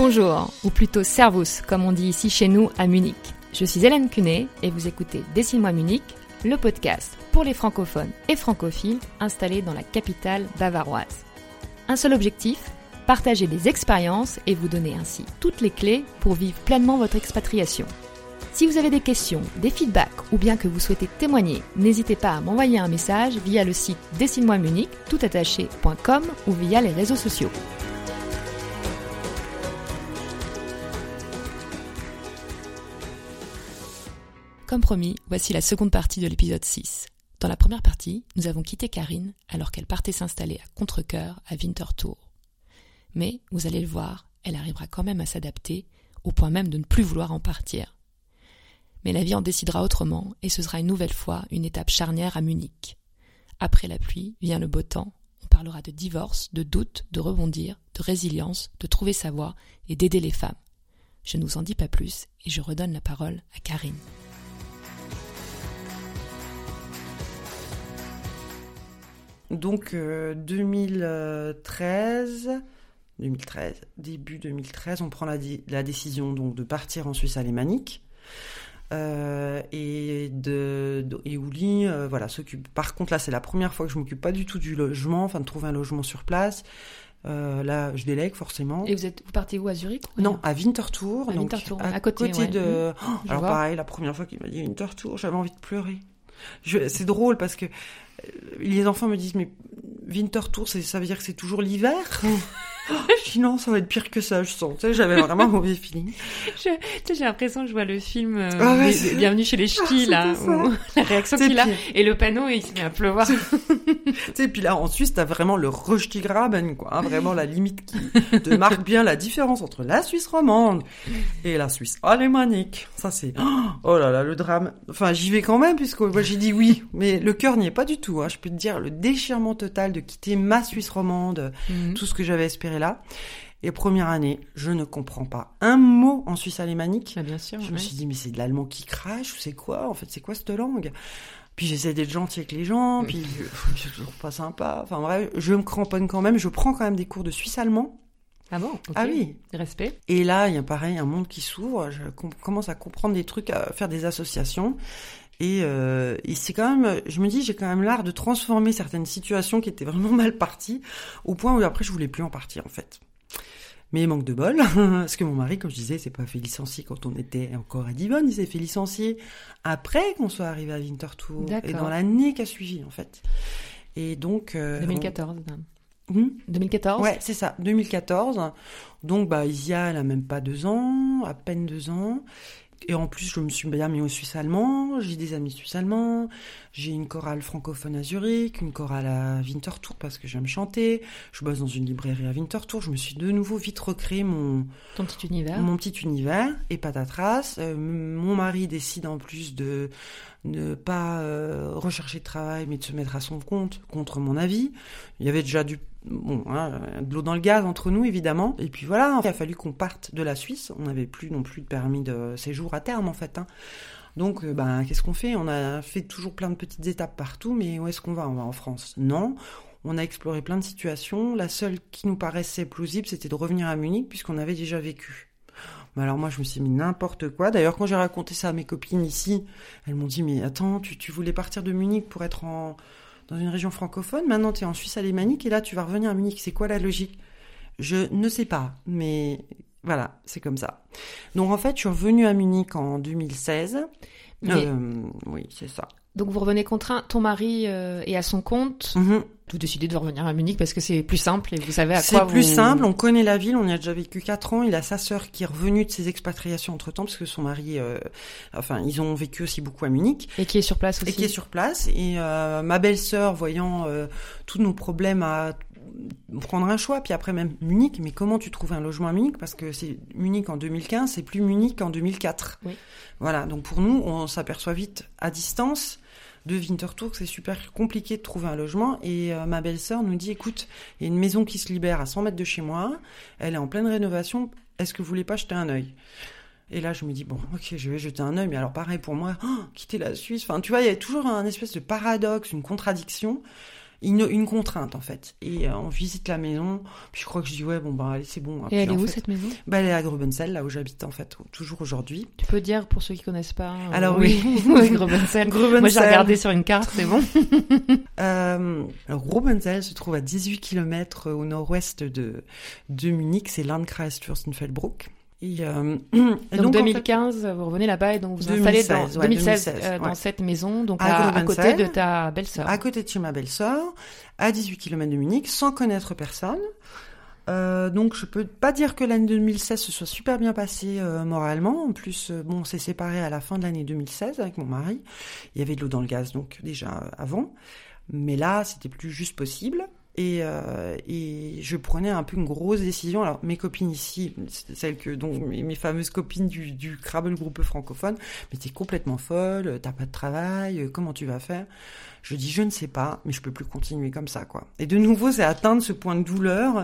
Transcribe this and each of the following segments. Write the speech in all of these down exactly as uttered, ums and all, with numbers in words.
Bonjour, ou plutôt servus, comme on dit ici chez nous à Munich. Je suis Hélène Cunet et vous écoutez Dessine-moi Munich, le podcast pour les francophones et francophiles installés dans la capitale bavaroise. Un seul objectif, partager des expériences et vous donner ainsi toutes les clés pour vivre pleinement votre expatriation. Si vous avez des questions, des feedbacks ou bien que vous souhaitez témoigner, n'hésitez pas à m'envoyer un message via le site dessine-moi munich toutattaché point com ou via les réseaux sociaux. Comme promis, voici la seconde partie de l'épisode six. Dans la première partie, nous avons quitté Karine alors qu'elle partait s'installer à Contrecœur à Winterthur. Mais, vous allez le voir, elle arrivera quand même à s'adapter, au point même de ne plus vouloir en partir. Mais la vie en décidera autrement et ce sera une nouvelle fois une étape charnière à Munich. Après la pluie vient le beau temps. On parlera de divorce, de doute, de rebondir, de résilience, de trouver sa voie et d'aider les femmes. Je ne vous en dis pas plus et je redonne la parole à Karine. Donc euh, deux mille treize, deux mille treize, début deux mille treize, on prend la, di- la décision donc de partir en Suisse alémanique euh, et de, de et Ouli, euh, voilà, s'occupe. Par contre là, c'est la première fois que je m'occupe pas du tout du logement, enfin de trouver un logement sur place. Euh, là, je délègue forcément. Et vous êtes, vous partez où, à Zurich ou Non, à Winterthur, à donc Winterthur, à, à côté, côté ouais. de. Mmh. Oh, alors vois. pareil, la première fois qu'il m'a dit Winterthur, j'avais envie de pleurer. Je, c'est drôle parce que les enfants me disent mais Winterthur, c'est, ça veut dire que c'est toujours l'hiver. Je dis non, ça va être pire que ça, je sens. Tu sais, j'avais vraiment un mauvais feeling. Je, tu sais, j'ai l'impression que je vois le film euh, Ah ouais, des- des Bienvenue chez les Ch'tis, ah, là, où la réaction C'est qu'il a, pire. et le panneau, et il se met à pleuvoir. Tu sais, puis là, en Suisse, t'as vraiment le Röstigraben, quoi. Hein, vraiment la limite qui te marque bien la différence entre la Suisse romande et la Suisse alémanique. Ça, c'est... Oh là là, le drame. Enfin, j'y vais quand même, puisque moi, j'ai dit oui. Mais le cœur n'y est pas du tout. Hein. Je peux te dire, le déchirement total de quitter ma Suisse romande, Mhm. tout ce que j'avais espéré là. Et première année, je ne comprends pas un mot en Suisse alémanique. Ah, bien sûr. Je ouais. me suis dit, mais c'est de l'allemand qui crache ou c'est quoi? En fait, c'est quoi cette langue? Puis j'essaie d'être gentil avec les gens, puis je, je trouve pas sympa. Enfin bref, je me cramponne quand même. Je prends quand même des cours de suisse allemand. Ah bon, ok. Ah oui. Respect. Et là, il y a pareil, un monde qui s'ouvre. Je com- commence à comprendre des trucs, à faire des associations. Et, euh, et c'est quand même, je me dis, j'ai quand même l'art de transformer certaines situations qui étaient vraiment mal parties, au point où après, je voulais plus en partir, en fait. Mais manque de bol, parce que mon mari, comme je disais, s'est pas fait licencier quand on était encore à Divonne, il s'est fait licencier après qu'on soit arrivé à Winterthur, D'accord. et dans l'année qui a suivi, en fait. Et donc... Euh, deux mille quatorze. on- Hmm deux mille quatorze. Ouais, c'est ça, deux mille quatorze. Donc, bah, Isia, elle a même pas deux ans, à peine deux ans. Et en plus, je me suis bien mis au suisse allemand, j'ai des amis suisses allemands, j'ai une chorale francophone à Zurich, une chorale à Winterthur parce que j'aime chanter, je bosse dans une librairie à Winterthur, je me suis de nouveau vite recréé mon, Ton petit univers. mon petit univers, et patatras. Euh, mon mari décide en plus de ne pas euh, rechercher de travail, mais de se mettre à son compte, contre mon avis. Il y avait déjà du, bon, hein, de l'eau dans le gaz entre nous, évidemment. Et puis voilà, il a fallu qu'on parte de la Suisse. On n'avait plus non plus de permis de séjour à terme, en fait. Hein. Donc, euh, ben, qu'est-ce qu'on fait? On a fait toujours plein de petites étapes partout, mais où est-ce qu'on va? On va en France? Non. On a exploré plein de situations. La seule qui nous paraissait plausible, c'était de revenir à Munich, puisqu'on avait déjà vécu. Mais alors moi, je me suis mis n'importe quoi. D'ailleurs, quand j'ai raconté ça à mes copines ici, elles m'ont dit, mais attends, tu, tu voulais partir de Munich pour être en, dans une région francophone, maintenant tu es en Suisse alémanique, et là, tu vas revenir à Munich. C'est quoi la logique? Je ne sais pas, mais voilà, c'est comme ça. Donc en fait, je suis revenue à Munich en deux mille seize. Mais- Euh, oui, c'est ça. Donc vous revenez contraint, ton mari euh, est à son compte. Mhm. Vous décidez de revenir à Munich parce que c'est plus simple et vous savez à C'est quoi plus vous... simple, on connaît la ville, on y a déjà vécu quatre ans. Il a sa sœur qui est revenue de ses expatriations entre-temps, parce que son mari, euh, enfin, ils ont vécu aussi beaucoup à Munich, Et qui est sur place aussi. et qui est sur place. Et euh, ma belle-sœur, voyant euh, tous nos problèmes à prendre un choix, puis après même Munich, mais comment tu trouves un logement à Munich? Parce que c'est Munich en deux mille quinze, c'est plus Munich en deux mille quatre. Oui. Voilà, donc pour nous, on s'aperçoit vite à distance de Winterthur que c'est super compliqué de trouver un logement. Et euh, ma belle-sœur nous dit, écoute, il y a une maison qui se libère à cent mètres de chez moi, elle est en pleine rénovation, est-ce que vous voulez pas jeter un œil? Et là, je me dis, bon, ok, je vais jeter un œil, mais alors pareil pour moi, oh, quitter la Suisse, enfin, tu vois, il y a toujours un espèce de paradoxe, une contradiction. une, une contrainte, en fait. Et euh, on visite la maison, puis je crois que je dis, ouais, bon, bah, allez, c'est bon. Et puis, elle est en où, fait, cette maison ? bah, elle est à Grubensel, là où j'habite, en fait, toujours aujourd'hui. Tu peux dire, pour ceux qui connaissent pas... Euh, Alors oui, oui. Grubensel. Moi, j'ai regardé sur une carte, c'est bon. euh, alors, Grubensel se trouve à dix-huit kilomètres au nord-ouest de, de Munich, c'est Landkreis Fürstenfeldbruck. Et, euh, et donc, donc deux mille quinze, en fait, vous revenez là-bas et donc vous vous installez dans, ouais, deux mille seize, deux mille seize, euh, dans ouais. cette maison, donc à, à, à côté de ta belle-sœur. À côté de chez ma belle-sœur, à dix-huit kilomètres de Munich, sans connaître personne. Euh, donc je peux pas dire que l'année deux mille seize se soit super bien passée euh, moralement. En plus, euh, bon, on s'est séparés à la fin de l'année deux mille seize avec mon mari. Il y avait de l'eau dans le gaz, donc déjà euh, avant. Mais là, c'était plus juste possible. Et, euh, et je prenais un peu une grosse décision. Alors mes copines ici, celles que donc mes, mes fameuses copines du, du Krabbel groupe francophone, mais t'es complètement folle, t'as pas de travail, comment tu vas faire ? Je dis je ne sais pas, mais je peux plus continuer comme ça, quoi. Et de nouveau, c'est atteindre ce point de douleur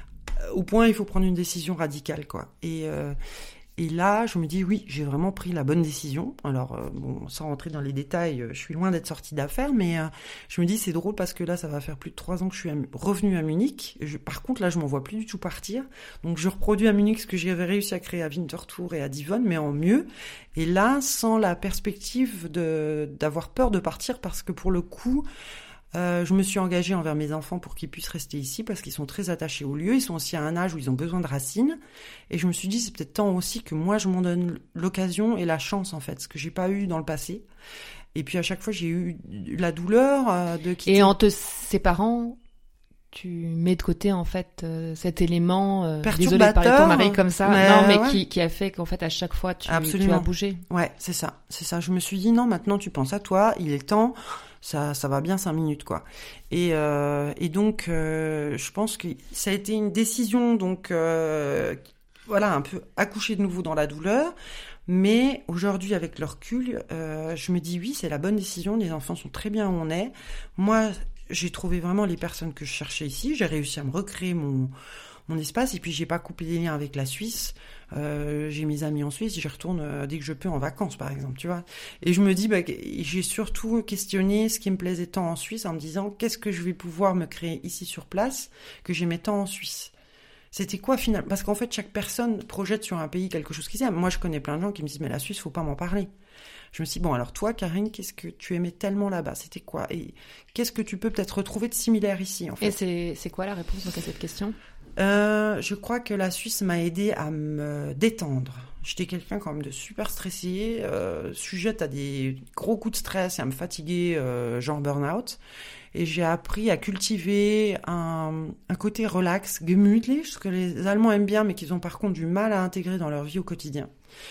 au point où il faut prendre une décision radicale, quoi. Et euh, Et là, je me dis, oui, j'ai vraiment pris la bonne décision. Alors, euh, bon, sans rentrer dans les détails, euh, je suis loin d'être sortie d'affaires, mais euh, je me dis, c'est drôle parce que là, ça va faire plus de trois ans que je suis à, revenue à Munich. Je, par contre, là, je m'en vois plus du tout partir. Donc, je reproduis à Munich ce que j'avais réussi à créer à Winterthur et à Divonne, mais en mieux. Et là, sans la perspective de, d'avoir peur de partir, parce que pour le coup... Euh, je me suis engagée envers mes enfants pour qu'ils puissent rester ici parce qu'ils sont très attachés au lieu. Ils sont aussi à un âge où ils ont besoin de racines. Et je me suis dit, c'est peut-être temps aussi que moi, je m'en donne l'occasion et la chance, en fait, ce que j'ai pas eu dans le passé. Et puis, à chaque fois, j'ai eu la douleur euh, de quitter... Et en te séparant, tu mets de côté, en fait, euh, cet élément... Euh, désolée de parler de ton mari comme ça. Mais non, mais ouais. qui, qui a fait qu'en fait, à chaque fois, tu, tu as bougé. Ouais, c'est ça. C'est ça. Je me suis dit, non, maintenant, tu penses à toi. Il est temps... Ça, ça va bien cinq minutes, quoi. Et, euh, et donc, euh, je pense que ça a été une décision, donc, euh, voilà, un peu accoucher de nouveau dans la douleur. Mais aujourd'hui, avec le recul, euh, je me dis oui, c'est la bonne décision. Les enfants sont très bien où on est. Moi, j'ai trouvé vraiment les personnes que je cherchais ici. J'ai réussi à me recréer mon mon espace. Et puis, j'ai pas coupé les liens avec la Suisse. Euh, j'ai mes amis en Suisse, j'y retourne euh, dès que je peux en vacances, par exemple, tu vois. Et je me dis, bah, j'ai surtout questionné ce qui me plaisait tant en Suisse en me disant, qu'est-ce que je vais pouvoir me créer ici sur place que j'aimais tant en Suisse. C'était quoi finalement ? Parce qu'en fait, chaque personne projette sur un pays quelque chose qu'ils aiment. Moi, je connais plein de gens qui me disent, mais la Suisse, faut pas m'en parler. Je me suis dit, bon, alors toi, Karine, qu'est-ce que tu aimais tellement là-bas ? C'était quoi ? Et qu'est-ce que tu peux peut-être retrouver de similaire ici, en fait ? Et c'est, c'est quoi la réponse donc, à cette question ? Euh, je crois que la Suisse m'a aidé à me détendre. J'étais quelqu'un quand même de super stressé, euh, sujette à des gros coups de stress et à me fatiguer, euh, genre burn-out. Et j'ai appris à cultiver un, un côté relax, gemütlich, ce que les Allemands aiment bien, mais qu'ils ont par contre du mal à intégrer dans leur vie au quotidien.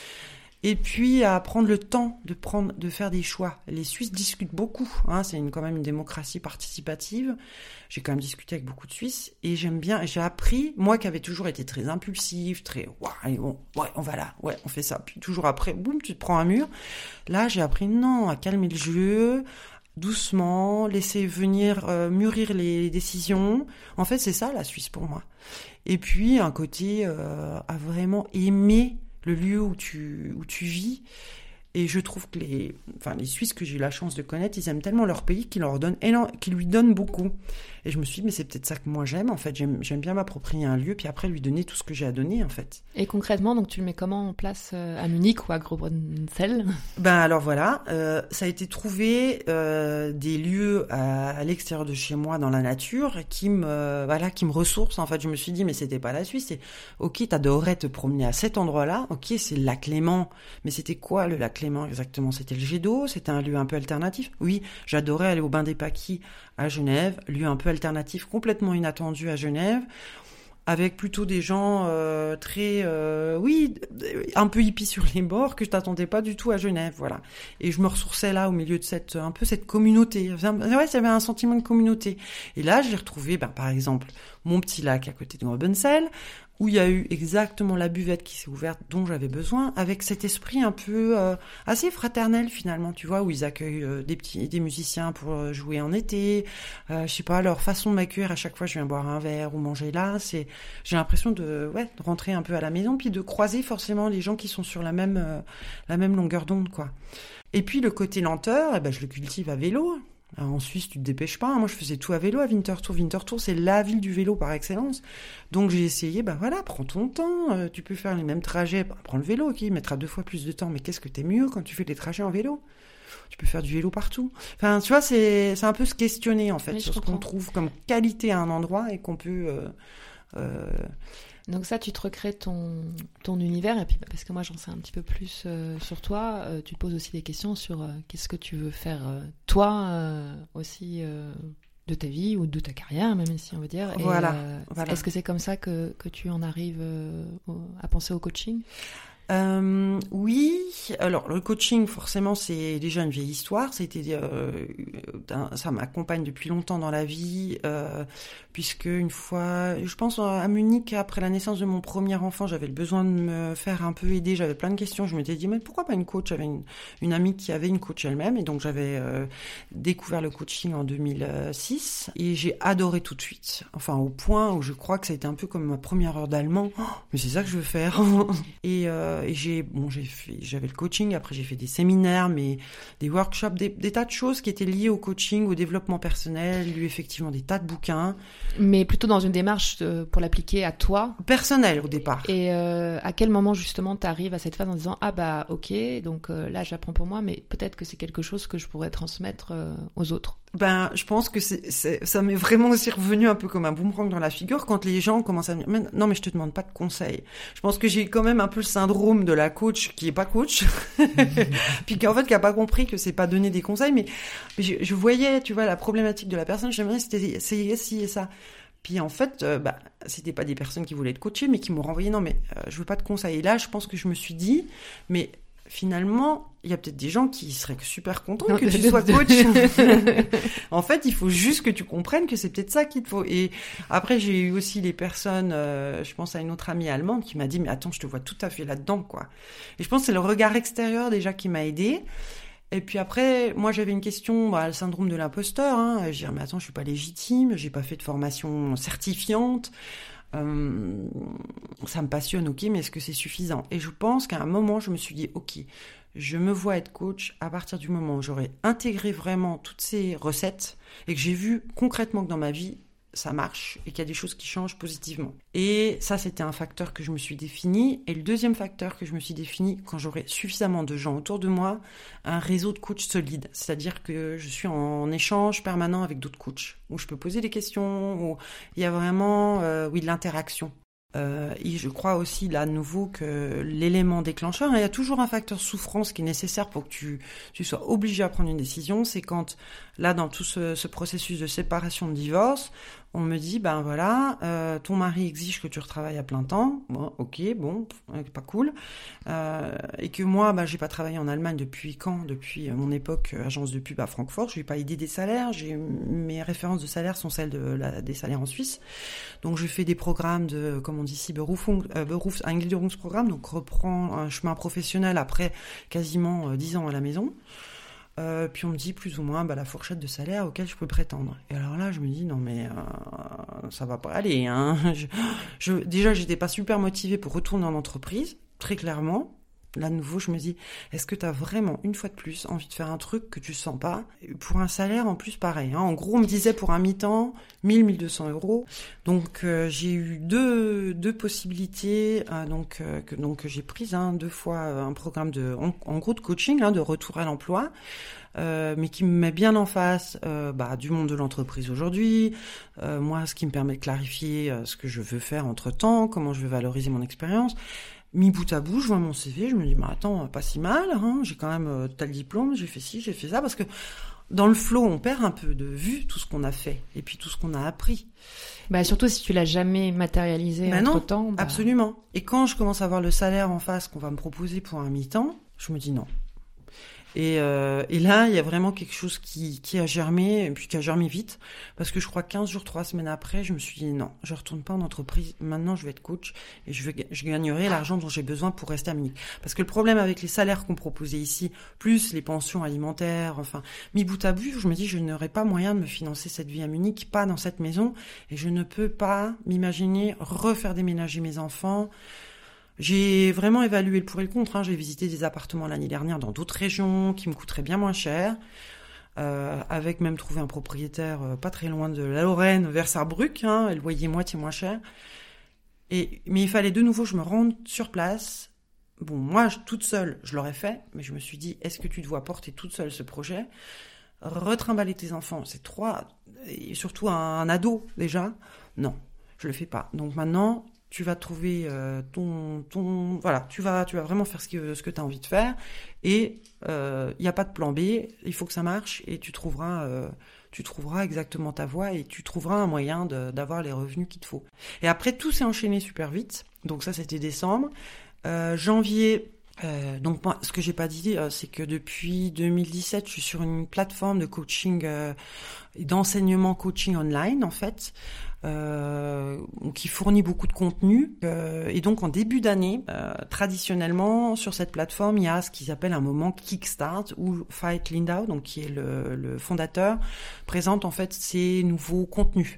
Et puis à prendre le temps de prendre, de faire des choix. Les Suisses discutent beaucoup, hein, c'est une, quand même une démocratie participative. J'ai quand même discuté avec beaucoup de Suisses et j'aime bien. J'ai appris, moi qui avais toujours été très impulsive, très ouais, bon, ouais, on va là, ouais, on fait ça. Puis toujours après, boum, tu te prends un mur. Là, j'ai appris non, à calmer le jeu, doucement, laisser venir euh, mûrir les décisions. En fait, c'est ça la Suisse pour moi. Et puis un côté euh, à vraiment aimer le lieu où tu, où tu vis. Et je trouve que les, enfin, les Suisses que j'ai eu la chance de connaître, ils aiment tellement leur pays qu'ils leur donnent, qu'ils lui donnent beaucoup. Et je me suis dit, mais c'est peut-être ça que moi j'aime, en fait. J'aime, j'aime bien m'approprier un lieu, puis après lui donner tout ce que j'ai à donner, en fait. Et concrètement, donc tu le mets comment en place à Munich ou à Grubensel ? Ben alors voilà, euh, ça a été trouver euh, des lieux à, à l'extérieur de chez moi, dans la nature, qui me, voilà, qui me ressourcent. En fait, je me suis dit, mais c'était pas la Suisse. C'est, ok, t'adorais te promener à cet endroit-là. Ok, c'est le lac Léman. Mais c'était quoi le lac Léman exactement ? C'était le jet d'eau ? C'était un lieu un peu alternatif ? Oui, j'adorais aller au bain des Paquis à Genève, lieu un peu alternatif, complètement inattendu à Genève, avec plutôt des gens euh, très, euh, oui, un peu hippies sur les bords, que je t'attendais pas du tout à Genève, voilà. Et je me ressourçais là, au milieu de cette, un peu cette communauté. Ouais, ça avait un sentiment de communauté. Et là, j'ai retrouvé, ben, par exemple, mon petit lac à côté de Grubensel, où il y a eu exactement la buvette qui s'est ouverte dont j'avais besoin, avec cet esprit un peu euh, assez fraternel finalement, tu vois, où ils accueillent euh, des petits, des musiciens pour euh, jouer en été, euh, je sais pas, leur façon de m'accueillir à chaque fois je viens boire un verre ou manger là, c'est, j'ai l'impression de, ouais, de rentrer un peu à la maison, puis de croiser forcément les gens qui sont sur la même, euh, la même longueur d'onde, quoi. Et puis le côté lenteur, eh ben, je le cultive à vélo. Alors, en Suisse, tu te dépêches pas. Hein. Moi, je faisais tout à vélo à Winterthur. Winterthur, c'est la ville du vélo par excellence. Donc, j'ai essayé, ben voilà, prends ton temps. Euh, tu peux faire les mêmes trajets. Ben, prends le vélo, ok, il mettra deux fois plus de temps. Mais qu'est-ce que t'es mieux quand tu fais les trajets en vélo? Tu peux faire du vélo partout. Enfin, tu vois, c'est, c'est un peu se questionner, en fait, oui, sur ce qu'on trouve comme qualité à un endroit et qu'on peut... Euh, euh... Donc ça, tu te recrées ton, ton univers. Et puis, parce que moi, j'en sais un petit peu plus euh, sur toi, euh, tu te poses aussi des questions sur euh, qu'est-ce que tu veux faire, euh, toi, euh, aussi, euh, de ta vie ou de ta carrière, même si on veut dire. Et, voilà, euh, voilà. Est-ce que c'est comme ça que, que tu en arrives euh, au, à penser au coaching ? Euh, oui, alors le coaching forcément c'est déjà une vieille histoire, c'était euh, ça m'accompagne depuis longtemps dans la vie, euh, puisque une fois, je pense à Munich après la naissance de mon premier enfant, j'avais le besoin de me faire un peu aider, j'avais plein de questions, je m'étais dit mais pourquoi pas une coach, j'avais une, une amie qui avait une coach elle-même et donc j'avais euh, découvert le coaching en deux mille six et j'ai adoré tout de suite, enfin au point où je crois que ça a été un peu comme ma première heure d'allemand, oh, mais c'est ça que je veux faire et euh, Et j'ai, bon, j'ai fait, j'avais le coaching, après j'ai fait des séminaires, mais des workshops, des, des tas de choses qui étaient liées au coaching, au développement personnel, lu effectivement des tas de bouquins. Mais plutôt dans une démarche de, pour l'appliquer à toi. Personnel au départ. Et euh, à quel moment justement tu arrives à cette phase en disant ah bah ok, donc euh, là j'apprends pour moi, mais peut-être que c'est quelque chose que je pourrais transmettre euh, aux autres. Ben, je pense que c'est, c'est, ça m'est vraiment aussi revenu un peu comme un boomerang dans la figure quand les gens commencent à me dire « Non, mais je te demande pas de conseils. » Je pense que j'ai quand même un peu le syndrome de la coach qui est pas coach, puis qu'en fait, qui a pas compris que c'est pas donner des conseils, mais, mais je, je voyais, tu vois, la problématique de la personne, j'aimerais c'était essayer ci et ça. Puis en fait, euh, bah, c'était pas des personnes qui voulaient être coachées, mais qui m'ont renvoyé « Non, mais euh, je veux pas de conseils. » Et là, je pense que je me suis dit « Mais... » Finalement, il y a peut-être des gens qui seraient super contents que tu sois coach. En fait, il faut juste que tu comprennes que c'est peut-être ça qu'il te faut. Et après, j'ai eu aussi les personnes, euh, je pense à une autre amie allemande qui m'a dit « Mais attends, je te vois tout à fait là-dedans, quoi. » Et je pense que c'est le regard extérieur déjà qui m'a aidée. Et puis après, moi, j'avais une question, bah, le syndrome de l'imposteur. Hein. Je disais « Mais attends, je suis pas légitime, j'ai pas fait de formation certifiante. » Euh, ça me passionne, ok, mais est-ce que c'est suffisant? Et je pense qu'à un moment, je me suis dit, ok, je me vois être coach à partir du moment où j'aurai intégré vraiment toutes ces recettes et que j'ai vu concrètement que dans ma vie, ça marche et qu'il y a des choses qui changent positivement. Et ça, c'était un facteur que je me suis défini. Et le deuxième facteur que je me suis défini, quand j'aurai suffisamment de gens autour de moi, un réseau de coachs solide. C'est-à-dire que je suis en échange permanent avec d'autres coachs, où je peux poser des questions, où il y a vraiment euh, oui, de l'interaction. Euh, et je crois aussi, là, à nouveau, que l'élément déclencheur, il y a toujours un facteur souffrance qui est nécessaire pour que tu, tu sois obligé à prendre une décision. C'est quand, là, dans tout ce, ce processus de séparation, de divorce, on me dit, ben voilà, euh, ton mari exige que tu retravailles à plein temps. Bon, ok, bon, pas cool. Euh, et que moi, ben, j'ai pas travaillé en Allemagne depuis quand? Depuis mon époque agence de pub à Francfort. Je n'ai pas idée des salaires. J'ai, mes références de salaire sont celles de la, des salaires en Suisse. Donc, je fais des programmes de, comme on dit ici, Berufung, euh, Berufseingliederungsprogramm, donc reprend un chemin professionnel après quasiment euh, dix ans à la maison. Euh, puis on me dit plus ou moins bah, la fourchette de salaire auquel je peux prétendre. Et alors là, je me dis non mais euh, ça va pas aller. Hein. Je, je, déjà, j'étais pas super motivée pour retourner en entreprise, très clairement. Là, de nouveau, je me dis, est-ce que tu as vraiment, une fois de plus, envie de faire un truc que tu sens pas? Pour un salaire, en plus, pareil. Hein. En gros, on me disait pour un mi-temps, mille, mille deux cents euros. Donc, euh, j'ai eu deux, deux possibilités euh, donc, euh, que, donc, que j'ai prises. Hein, deux fois euh, un programme de, en, en gros de coaching, hein, de retour à l'emploi. Euh, mais qui me met bien en face euh, bah, du monde de l'entreprise aujourd'hui, euh, moi, ce qui me permet de clarifier euh, ce que je veux faire entre-temps, comment je veux valoriser mon expérience. Mis bout à bout, je vois mon C V, je me dis, mais attends, pas si mal, hein, j'ai quand même euh, tel diplôme, j'ai fait ci, j'ai fait ça, parce que dans le flow, on perd un peu de vue tout ce qu'on a fait, et puis tout ce qu'on a appris. Bah, surtout si tu l'as jamais matérialisé bah entre-temps. Non, bah... absolument. Et quand je commence à voir le salaire en face qu'on va me proposer pour un mi-temps, je me dis non. Et, euh, et là, il y a vraiment quelque chose qui, qui a germé, et puis qui a germé vite, parce que je crois quinze jours, trois semaines après, je me suis dit non, je retourne pas en entreprise, maintenant je vais être coach, et je, vais, je gagnerai l'argent dont j'ai besoin pour rester à Munich. Parce que le problème avec les salaires qu'on proposait ici, plus les pensions alimentaires, enfin, mis bout à bout, je me dis je n'aurai pas moyen de me financer cette vie à Munich, pas dans cette maison, et je ne peux pas m'imaginer refaire déménager mes enfants. J'ai vraiment évalué le pour et le contre. Hein. J'ai visité des appartements l'année dernière dans d'autres régions qui me coûteraient bien moins cher. euh, avec même trouvé un propriétaire euh, pas très loin de la Lorraine, vers Sarrebruck, hein, et le loyer moitié moins cher. Et, mais il fallait de nouveau que je me rende sur place. Bon, moi, je, toute seule, je l'aurais fait, mais je me suis dit, est-ce que tu dois porter toute seule ce projet ? Retrimballer tes enfants, c'est trois, et surtout un, un ado déjà. Non, je le fais pas. Donc maintenant, tu vas trouver euh, ton, ton, voilà, tu vas, tu vas vraiment faire ce que, ce que tu as envie de faire. Et il euh, n'y a pas de plan B. Il faut que ça marche et tu trouveras, euh, tu trouveras exactement ta voie et tu trouveras un moyen de, d'avoir les revenus qu'il te faut. Et après, tout s'est enchaîné super vite. Donc ça, c'était décembre, euh, janvier. Euh, donc moi, ce que j'ai pas dit, euh, c'est que depuis deux mille dix-sept, je suis sur une plateforme de coaching euh, et d'enseignement coaching online en fait, euh, qui fournit beaucoup de contenu. Euh, et donc en début d'année, euh, traditionnellement sur cette plateforme, il y a ce qu'ils appellent un moment Kickstart où Veit Lindau, donc qui est le, le fondateur, présente en fait ses nouveaux contenus.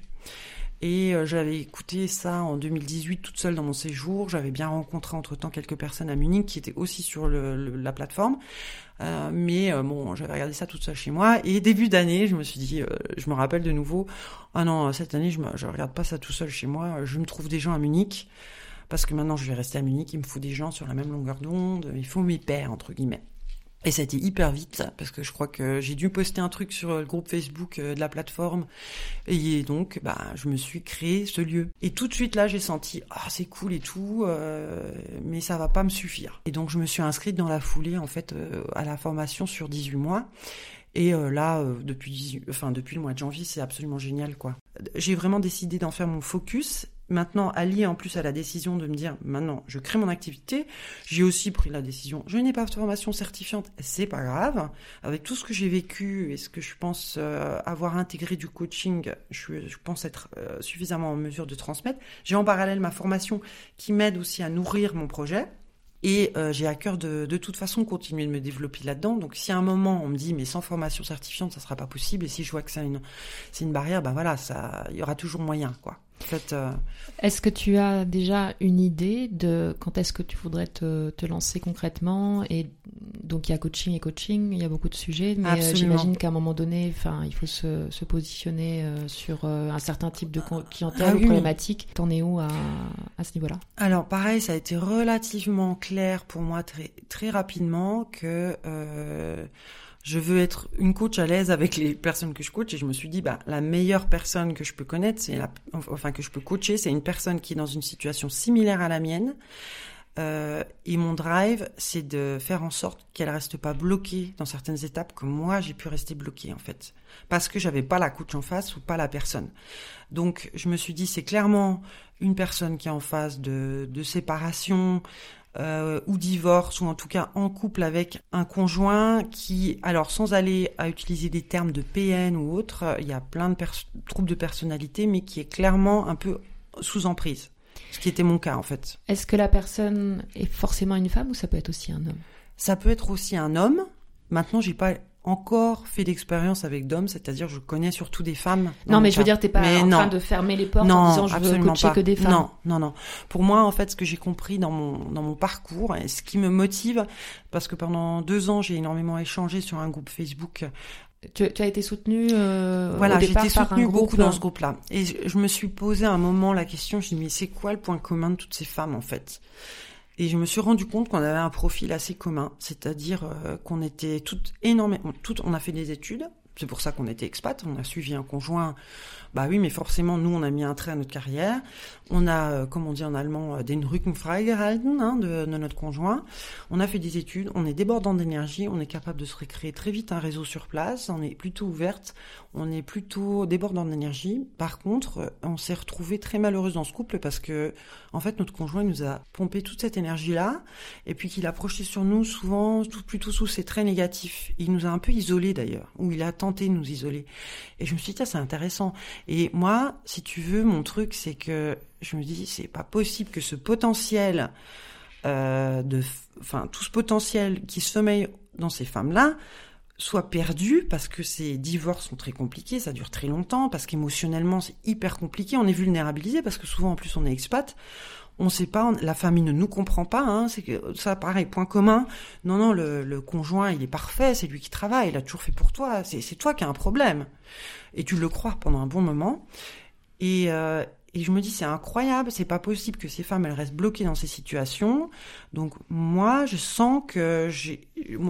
Et euh, j'avais écouté ça en deux mille dix-huit toute seule dans mon séjour. J'avais bien rencontré entre-temps quelques personnes à Munich qui étaient aussi sur le, le, la plateforme. Euh, mais euh, bon, j'avais regardé ça toute seule chez moi. Et début d'année, je me suis dit, euh, je me rappelle de nouveau, ah non, cette année, je ne je regarde pas ça tout seul chez moi. Je me trouve des gens à Munich. Parce que maintenant, je vais rester à Munich. Il me faut des gens sur la même longueur d'onde. Il faut mes pairs, entre guillemets. Et ça a été hyper vite, parce que je crois que j'ai dû poster un truc sur le groupe Facebook de la plateforme. Et donc, bah, je me suis créé ce lieu. Et tout de suite, là, j'ai senti, ah, c'est cool et tout, euh, mais ça va pas me suffire. Et donc, je me suis inscrite dans la foulée, en fait, euh, à la formation sur dix-huit mois. Et euh, là, euh, depuis, enfin, depuis le mois de janvier, c'est absolument génial, quoi. J'ai vraiment décidé d'en faire mon focus. Maintenant, allié en plus à la décision de me dire, maintenant, je crée mon activité, j'ai aussi pris la décision, je n'ai pas de formation certifiante, c'est pas grave. Avec tout ce que j'ai vécu et ce que je pense euh, avoir intégré du coaching, je, je pense être euh, suffisamment en mesure de transmettre. J'ai en parallèle ma formation qui m'aide aussi à nourrir mon projet. Et euh, j'ai à cœur de, de toute façon continuer de me développer là-dedans. Donc si à un moment on me dit mais sans formation certifiante ça sera pas possible, et si je vois que c'est une c'est une barrière, ben voilà, ça, il y aura toujours moyen, quoi. En fait, euh... Est-ce que tu as déjà une idée de quand est-ce que tu voudrais te, te lancer concrètement ? Et donc il y a coaching et coaching, il y a beaucoup de sujets, mais euh, j'imagine qu'à un moment donné, enfin, il faut se, se positionner euh, sur euh, un certain type de clientèle ah, ou oui, problématique. T'en es où à, à ce niveau-là ? Alors pareil, ça a été relativement clair pour moi très très rapidement que euh, je veux être une coach à l'aise avec les personnes que je coach, et je me suis dit, bah, la meilleure personne que je peux connaître, c'est la, enfin, que je peux coacher, c'est une personne qui est dans une situation similaire à la mienne. Euh, et mon drive, c'est de faire en sorte qu'elle reste pas bloquée dans certaines étapes que moi, j'ai pu rester bloquée, en fait. Parce que j'avais pas la coach en face ou pas la personne. Donc, je me suis dit, c'est clairement une personne qui est en phase de, de séparation, Euh, ou divorce, ou en tout cas en couple avec un conjoint qui, alors sans aller à utiliser des termes de P N ou autre, il y a plein de pers- troubles de personnalité, mais qui est clairement un peu sous emprise, ce qui était mon cas en fait. Est-ce que la personne est forcément une femme ou ça peut être aussi un homme ? Ça peut être aussi un homme. Maintenant, j'ai pas encore fait d'expérience avec d'hommes, c'est-à-dire je connais surtout des femmes. Non, mais je veux dire, t'es pas mais en non. train de fermer les portes non, en disant je veux coacher pas. que des femmes. Non, non, non. Pour moi, en fait, ce que j'ai compris dans mon dans mon parcours et ce qui me motive, parce que pendant deux ans, j'ai énormément échangé sur un groupe Facebook. Tu, tu as été soutenue euh, voilà, au départ j'ai été par soutenue un beaucoup groupe, dans ce groupe-là. Et je, je me suis posé à un moment la question, je me dis mais c'est quoi le point commun de toutes ces femmes en fait ? Et je me suis rendu compte qu'on avait un profil assez commun, c'est-à-dire euh, qu'on était toutes énormément, toutes, on a fait des études, c'est pour ça qu'on était expat, on a suivi un conjoint, bah oui, mais forcément, nous, on a mis un trait à notre carrière, on a, euh, comme on dit en allemand, den Rücken freigehalten, hein, de, de notre conjoint, on a fait des études, on est débordant d'énergie, on est capable de se recréer très vite un réseau sur place, on est plutôt ouverte, on est plutôt débordant d'énergie. Par contre, on s'est retrouvés très malheureuses dans ce couple parce que, en fait, notre conjoint nous a pompé toute cette énergie-là, et puis qu'il a projeté sur nous souvent, tout, plutôt sous ses traits négatifs. Il nous a un peu isolés d'ailleurs, ou il a tenté de nous isoler. Et je me suis dit, ça, c'est intéressant. Et moi, si tu veux, mon truc, c'est que je me dis, c'est pas possible que ce potentiel, euh, de, enfin, tout ce potentiel qui sommeille dans ces femmes-là, soit perdu parce que ces divorces sont très compliqués, ça dure très longtemps, parce qu'émotionnellement c'est hyper compliqué, on est vulnérabilisé parce que souvent en plus on est expat, on sait pas, on, la famille ne nous comprend pas, hein, c'est que ça pareil, point commun. Non, non, le, le conjoint, il est parfait, c'est lui qui travaille, il a toujours fait pour toi, c'est, c'est toi qui as un problème. Et tu le crois pendant un bon moment. Et, euh, et je me dis, c'est incroyable, c'est pas possible que ces femmes, elles restent bloquées dans ces situations. Donc moi, je sens que j'ai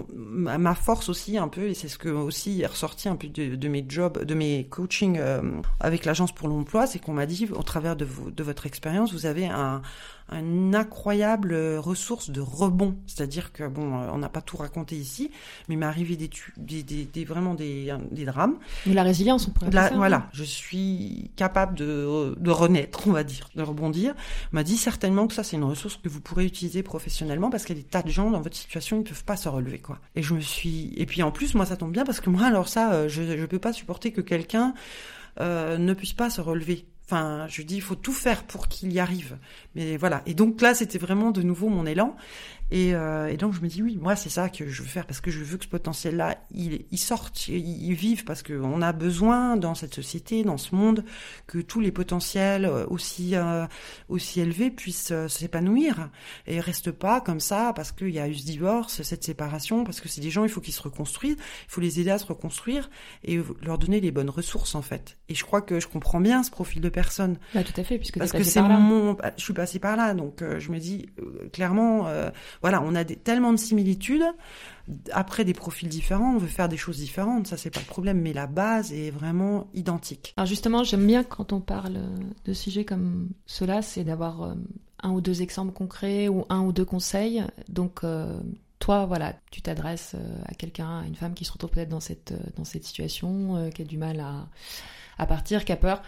ma force aussi un peu, et c'est ce que aussi est ressorti un peu de, de mes jobs, de mes coachings euh, avec l'agence pour l'emploi, c'est qu'on m'a dit, au travers de, vous, de votre expérience, vous avez un une incroyable ressource de rebond. C'est-à-dire que, bon, on n'a pas tout raconté ici, mais il m'est arrivé des, des, des, des vraiment des, des drames. Mais la résilience, on pourrait la, dire ça. Voilà, je suis capable de, de renaître, on va dire, de rebondir. On m'a dit certainement que ça, c'est une ressource que vous pourrez utiliser professionnellement, parce qu'il y a des tas de gens dans votre situation, ils ne peuvent pas se relever, quoi. Et je me suis... Et puis en plus, moi, ça tombe bien, parce que moi, alors ça, je ne peux pas supporter que quelqu'un euh, ne puisse pas se relever. Enfin, je dis, il faut tout faire pour qu'il y arrive. Mais voilà. Et donc là, c'était vraiment de nouveau mon élan. Et, euh, et donc, je me dis, oui, moi, c'est ça que je veux faire, parce que je veux que ce potentiel-là, il, il sorte, il, il vive, parce qu'on a besoin, dans cette société, dans ce monde, que tous les potentiels aussi, euh, aussi élevés puissent euh, s'épanouir. Et restent pas comme ça, parce qu'il y a eu ce divorce, cette séparation, parce que c'est des gens, il faut qu'ils se reconstruisent, il faut les aider à se reconstruire, et leur donner les bonnes ressources, en fait. Et je crois que je comprends bien ce profil de personne. Bah, tout à fait, puisque parce t'es que passé c'est par là. mon, je suis passée par là, donc euh, je me dis, euh, clairement, euh, voilà, on a des, tellement de similitudes. Après, des profils différents, on veut faire des choses différentes, ça c'est pas le problème, mais la base est vraiment identique. Alors justement, j'aime bien quand on parle de sujets comme cela, c'est d'avoir euh, un ou deux exemples concrets ou un ou deux conseils. Donc euh, toi, voilà, tu t'adresses euh, à quelqu'un, à une femme qui se retrouve peut-être dans cette, euh, dans cette situation, euh, qui a du mal à, à partir, qui a peur.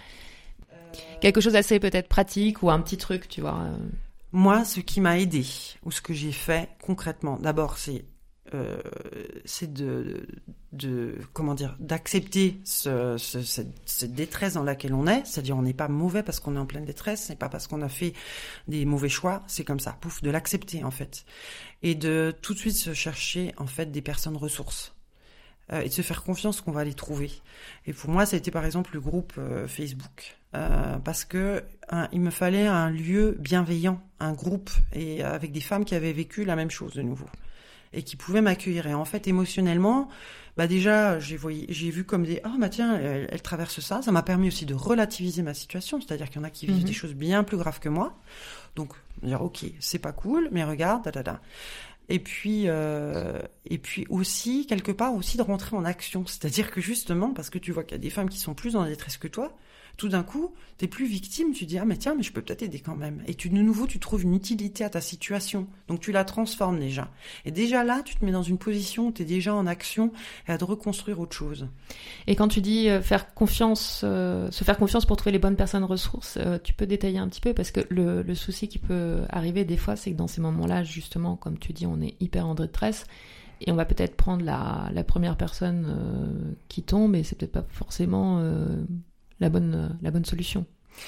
Quelque chose d'assez peut-être pratique ou un petit truc, tu vois. Moi, ce qui m'a aidé, ou ce que j'ai fait concrètement, d'abord, c'est euh, c'est de, de comment dire, d'accepter ce, ce, cette, cette détresse dans laquelle on est. C'est-à-dire, on n'est pas mauvais parce qu'on est en pleine détresse, c'est pas parce qu'on a fait des mauvais choix, c'est comme ça, pouf, de l'accepter en fait, et de tout de suite se chercher en fait des personnes ressources. Euh, et de se faire confiance qu'on va les trouver. Et pour moi, ça a été par exemple le groupe euh, Facebook, euh, parce que un, il me fallait un lieu bienveillant, un groupe, et euh, avec des femmes qui avaient vécu la même chose de nouveau, et qui pouvaient m'accueillir. Et en fait, émotionnellement, bah déjà, j'ai, voyé, j'ai vu comme des « Ah, oh, bah tiens, elle, elle traverse ça ». Ça m'a permis aussi de relativiser ma situation, c'est-à-dire qu'il y en a qui vivent mmh. des choses bien plus graves que moi. Donc, dire « Ok, c'est pas cool, mais regarde, da da da ». Et puis, euh, et puis aussi, quelque part, aussi de rentrer en action. C'est-à-dire que justement, parce que tu vois qu'il y a des femmes qui sont plus dans la détresse que toi, tout d'un coup, t'es plus victime, tu dis « Ah, mais tiens, mais je peux peut-être aider quand même ». Et tu, de nouveau, tu trouves une utilité à ta situation. Donc, tu la transformes déjà. Et déjà là, tu te mets dans une position où t'es déjà en action et à te reconstruire autre chose. Et quand tu dis euh, faire confiance, euh, se faire confiance pour trouver les bonnes personnes ressources, euh, tu peux détailler un petit peu, parce que le, le souci qui peut arriver des fois, c'est que dans ces moments-là, justement, comme tu dis, on est hyper en détresse. Et on va peut-être prendre la, la première personne euh, qui tombe, et c'est peut-être pas forcément... Euh, la bonne, la bonne solution.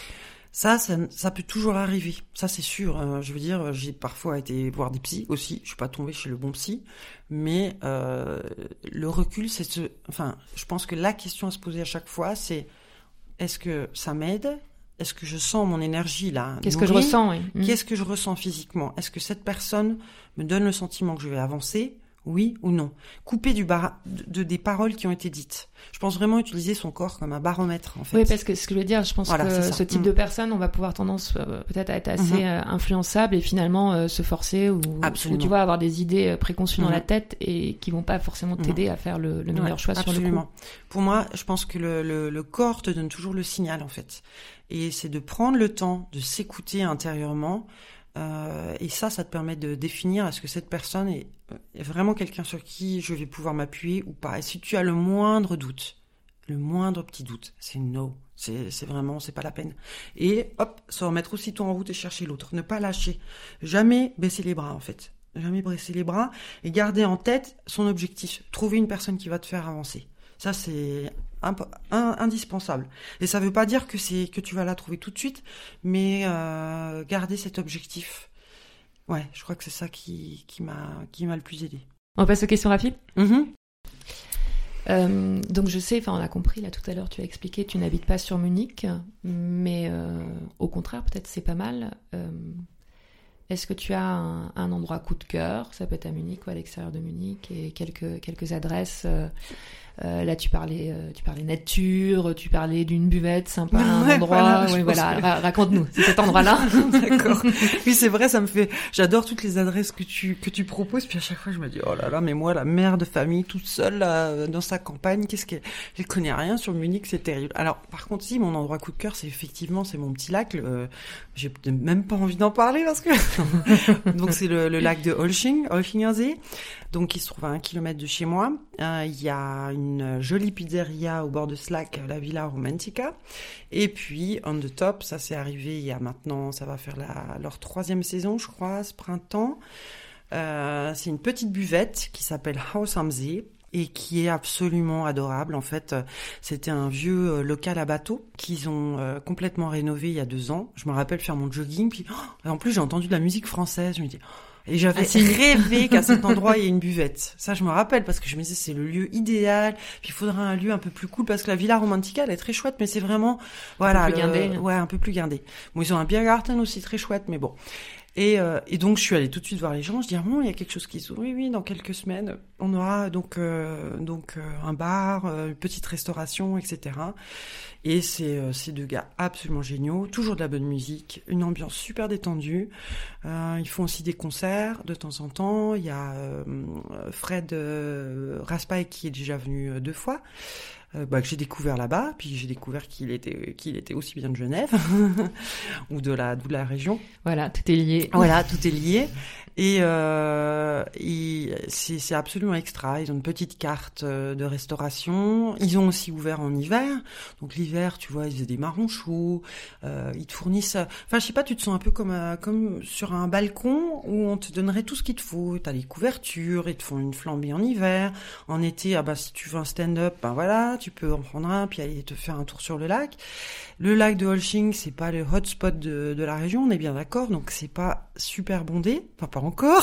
Ça, ça, ça peut toujours arriver. Ça, c'est sûr. Euh, je veux dire, j'ai parfois été voir des psys aussi. Je suis pas tombée chez le bon psy. Mais euh, le recul, c'est ce... Enfin, je pense que la question à se poser à chaque fois, c'est est-ce que ça m'aide ? Est-ce que je sens mon énergie là ? Qu'est-ce nourrie ? que je ressens oui. mmh. Qu'est-ce que je ressens physiquement ? Est-ce que cette personne me donne le sentiment que je vais avancer ? Oui ou non. Couper du bar- de, de, des paroles qui ont été dites. Je pense vraiment utiliser son corps comme un baromètre, en fait. Oui, parce que ce que je veux dire, je pense voilà, que ce type mmh. de personne, on va pouvoir tendance euh, peut-être à être assez mmh. euh, influençable et finalement euh, se forcer ou, ou tu vois avoir des idées préconçues mmh. dans la tête et qui vont pas forcément t'aider mmh. à faire le, le meilleur ouais, choix absolument. Sur le coup. Pour moi, je pense que le, le, le corps te donne toujours le signal, en fait. Et c'est de prendre le temps de s'écouter intérieurement. Euh, et ça, ça te permet de définir est-ce que cette personne est, est vraiment quelqu'un sur qui je vais pouvoir m'appuyer ou pas. Et si tu as le moindre doute, le moindre petit doute, c'est no. C'est, c'est vraiment, c'est pas la peine. Et hop, se remettre aussitôt en route et chercher l'autre. Ne pas lâcher. Jamais baisser les bras, en fait. Jamais baisser les bras et garder en tête son objectif. Trouver une personne qui va te faire avancer. Ça, c'est imp- un, indispensable. Et ça veut pas dire que c'est que tu vas la trouver tout de suite, mais euh, garder cet objectif. Ouais, je crois que c'est ça qui, qui, m'a, qui m'a le plus aidé. On passe aux questions rapides. Mm-hmm. Euh, donc je sais, enfin on a compris là tout à l'heure, tu as expliqué, tu n'habites pas sur Munich, mais euh, au contraire, peut-être c'est pas mal. Euh, est-ce que tu as un, un endroit coup de cœur? Ça peut être à Munich ou à l'extérieur de Munich, et quelques, quelques adresses. Euh, euh, là, tu parlais, euh, tu parlais nature, tu parlais d'une buvette sympa, un ouais, endroit. Voilà, oui, voilà. que... Ra- raconte-nous, c'est cet endroit-là. D'accord. Oui, c'est vrai, ça me fait. J'adore toutes les adresses que tu que tu proposes. Puis à chaque fois, je me dis oh là là, mais moi, la mère de famille toute seule là, dans sa campagne, qu'est-ce qu'elle. Je connais rien sur Munich, c'est terrible. Alors, par contre, si mon endroit coup de cœur, c'est effectivement c'est mon petit lac. Le... J'ai même pas envie d'en parler parce que. Donc c'est le, le lac de Olching, Olchingersee. Donc il se trouve à un kilomètre de chez moi. Il euh, y a une jolie pizzeria au bord de ce lac, la Villa Romantica. Et puis on the top, ça c'est arrivé il y a maintenant, ça va faire la, leur troisième saison, je crois, ce printemps. Euh, c'est une petite buvette qui s'appelle Haus am See et qui est absolument adorable. En fait, c'était un vieux euh, local à bateau qu'ils ont euh, complètement rénové il y a deux ans. Je me rappelle faire mon jogging, puis oh, en plus j'ai entendu de la musique française. Je me dis et j'avais ah, rêvé qu'à cet endroit il y ait une buvette. Ça je me rappelle parce que je me disais c'est le lieu idéal. Puis il faudrait un lieu un peu plus cool parce que la Villa Romantica elle est très chouette, mais c'est vraiment voilà un peu plus le, guindé. Ouais, un peu plus guindé. Bon, ils ont un Biergarten aussi très chouette, mais bon. Et, euh, et donc je suis allée tout de suite voir les gens. Je dis ah bon, il y a quelque chose qui s'ouvre. Oui oui, dans quelques semaines on aura donc euh, donc euh, un bar, euh, une petite restauration, et cetera. Et c'est euh, ces deux gars absolument géniaux, toujours de la bonne musique, une ambiance super détendue. Euh, ils font aussi des concerts de temps en temps. Il y a euh, Fred euh, Raspail qui est déjà venu deux fois. Euh, bah, que j'ai découvert là-bas, puis j'ai découvert qu'il était qu'il était aussi bien de Genève ou de la de la région. Voilà, tout est lié. Voilà, tout est lié. Et, euh, et c'est, c'est absolument extra. Ils ont une petite carte de restauration. Ils ont aussi ouvert en hiver. Donc l'hiver, tu vois, ils faisaient des marrons chauds. Euh, ils te fournissent. Enfin, je sais pas, tu te sens un peu comme à, comme sur un balcon où on te donnerait tout ce qu'il te faut. T'as les couvertures, ils te font une flambée en hiver. En été, ah bah si tu veux un stand-up, ben voilà, tu peux en prendre un puis aller te faire un tour sur le lac. Le lac de Olching, c'est pas le hotspot de, de la région, on est bien d'accord. Donc c'est pas super bondé, enfin pas encore.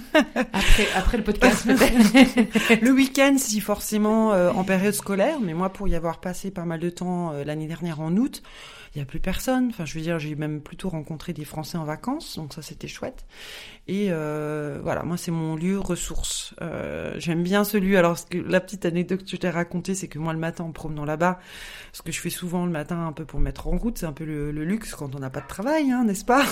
Après, après le podcast peut-être. Le week-end, si forcément euh, en période scolaire, mais moi pour y avoir passé pas mal de temps euh, l'année dernière en août, il y a plus personne. Enfin, je veux dire, j'ai même plutôt rencontré des Français en vacances, donc ça c'était chouette. Et euh, voilà, moi c'est mon lieu ressource. Euh, j'aime bien ce lieu. Alors que la petite anecdote que je t'ai racontée, c'est que moi le matin en promenant là-bas, ce que je fais souvent le matin un peu pour me mettre en route, c'est un peu le, le luxe quand on n'a pas de travail, hein, n'est-ce pas?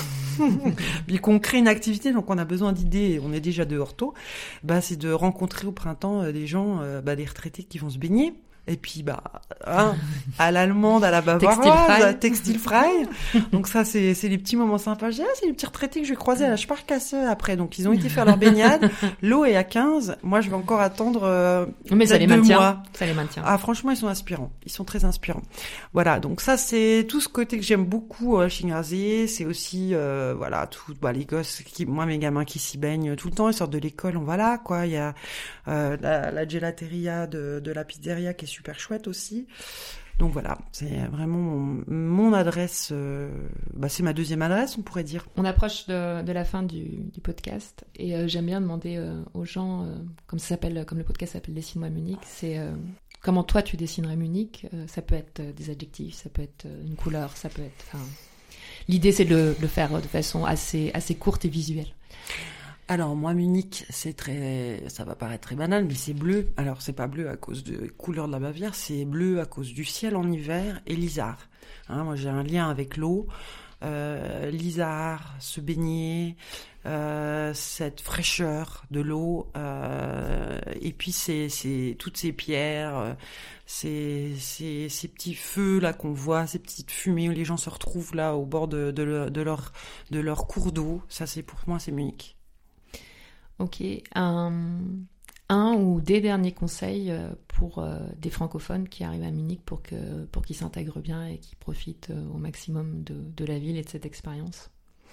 Puis qu'on crée une activité, donc on a besoin d'idées, et on est déjà dehors tôt. Bah c'est de rencontrer au printemps euh, des gens, euh, bah, des retraités qui vont se baigner. Et puis, bah, hein, à l'allemande, à la bavaroise, textile fry. Donc ça, c'est, c'est les petits moments sympas. Je dis, ah, c'est les petits retraités que je vais croiser à la Sparkasse après. Donc, ils ont été faire leur baignade. L'eau est à quinze. Moi, je vais encore attendre, euh, mais ça les deux maintient. mois. Ça les maintient. Ah, franchement, ils sont inspirants. Ils sont très inspirants. Voilà. Donc ça, c'est tout ce côté que j'aime beaucoup, euh, Olchingersee. C'est aussi, euh, voilà, tout, bah, les gosses qui, moi, mes gamins qui s'y baignent tout le temps. Ils sortent de l'école, on va là, quoi. Il y a, euh, la, la gelateria de, de la pizzeria qui est super chouette aussi. Donc voilà, c'est vraiment mon, mon adresse, euh, bah c'est ma deuxième adresse, on pourrait dire. On approche de, de la fin du, du podcast et euh, j'aime bien demander euh, aux gens, euh, comme ça s'appelle, comme le podcast s'appelle Dessine-moi Munich, c'est euh, comment toi tu dessinerais Munich. Euh, ça peut être euh, des adjectifs, ça peut être euh, une couleur, ça peut être. Enfin, l'idée c'est de le, de le faire de façon assez assez courte et visuelle. Alors moi Munich, c'est très, ça va paraître très banal, mais c'est bleu. Alors c'est pas bleu à cause de couleur de la Bavière, c'est bleu à cause du ciel en hiver et l'Isar. Hein, moi j'ai un lien avec l'eau, euh, l'Isar, se baigner, euh, cette fraîcheur de l'eau, euh, et puis c'est, c'est toutes ces pierres, euh, ces, ces, ces petits feux là qu'on voit, ces petites fumées où les gens se retrouvent là au bord de, de, leur, de leur de leur cours d'eau. Ça c'est pour moi c'est Munich. Ok, un, un ou des derniers conseils pour euh, des francophones qui arrivent à Munich pour, que, pour qu'ils s'intègrent bien et qu'ils profitent euh, au maximum de, de la ville et de cette expérience.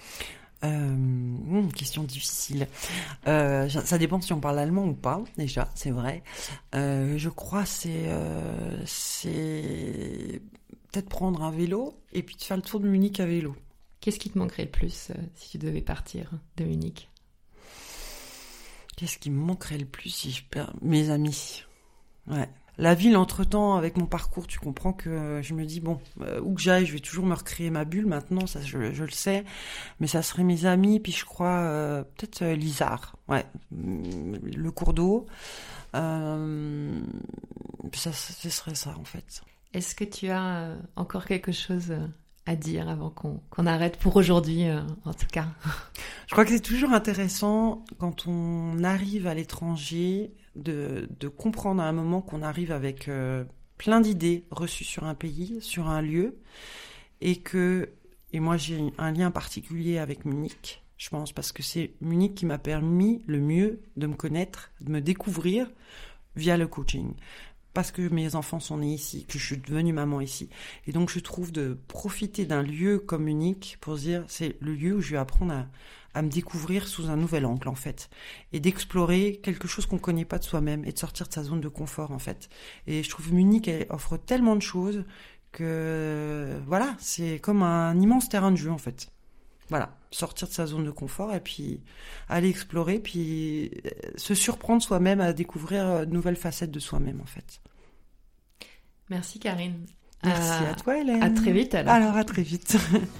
Euh, question difficile. Euh, ça dépend si on parle allemand ou pas, déjà, c'est vrai. Euh, je crois c'est euh, c'est peut-être prendre un vélo et puis de faire le tour de Munich à vélo. Qu'est-ce qui te manquerait le plus euh, si tu devais partir de Munich ? Qu'est-ce qui me manquerait le plus si je perds mes amis? Ouais. la ville, entre-temps, avec mon parcours, tu comprends que je me dis, bon, euh, où que j'aille, je vais toujours me recréer ma bulle maintenant, ça je, je le sais, mais ça serait mes amis, puis je crois euh, peut-être euh, l'Isard, ouais, le cours d'eau, euh, ça, ce serait ça en fait. Est-ce que tu as encore quelque chose à dire avant qu'on, qu'on arrête pour aujourd'hui, euh, en tout cas? Je crois que c'est toujours intéressant quand on arrive à l'étranger de, de comprendre à un moment qu'on arrive avec euh, plein d'idées reçues sur un pays, sur un lieu, et que, et moi j'ai un lien particulier avec Munich, je pense, parce que c'est Munich qui m'a permis le mieux de me connaître, de me découvrir via le coaching. Parce que mes enfants sont nés ici, que je suis devenue maman ici. Et donc, je trouve de profiter d'un lieu comme Munich pour se dire, c'est le lieu où je vais apprendre à, à me découvrir sous un nouvel angle, en fait. Et d'explorer quelque chose qu'on connaît pas de soi-même et de sortir de sa zone de confort, en fait. Et je trouve Munich, elle offre tellement de choses que, voilà, c'est comme un immense terrain de jeu, en fait. Voilà, sortir de sa zone de confort et puis aller explorer, puis se surprendre soi-même à découvrir de nouvelles facettes de soi-même, en fait. Merci Karine. Merci à, à toi Hélène. À très vite alors. Alors à très vite.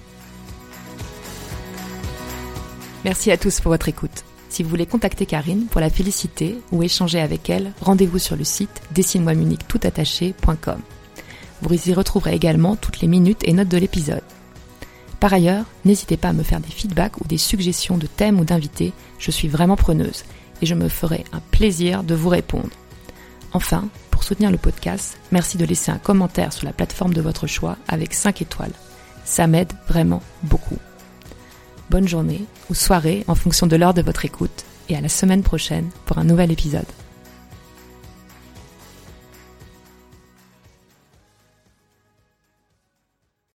Merci à tous pour votre écoute. Si vous voulez contacter Karine pour la féliciter ou échanger avec elle, rendez-vous sur le site dessine moi munich tout attaché point com. Vous y retrouverez également toutes les minutes et notes de l'épisode. Par ailleurs, n'hésitez pas à me faire des feedbacks ou des suggestions de thèmes ou d'invités, je suis vraiment preneuse et je me ferai un plaisir de vous répondre. Enfin, pour soutenir le podcast, merci de laisser un commentaire sur la plateforme de votre choix avec cinq étoiles. Ça m'aide vraiment beaucoup. Bonne journée ou soirée en fonction de l'heure de votre écoute et à la semaine prochaine pour un nouvel épisode.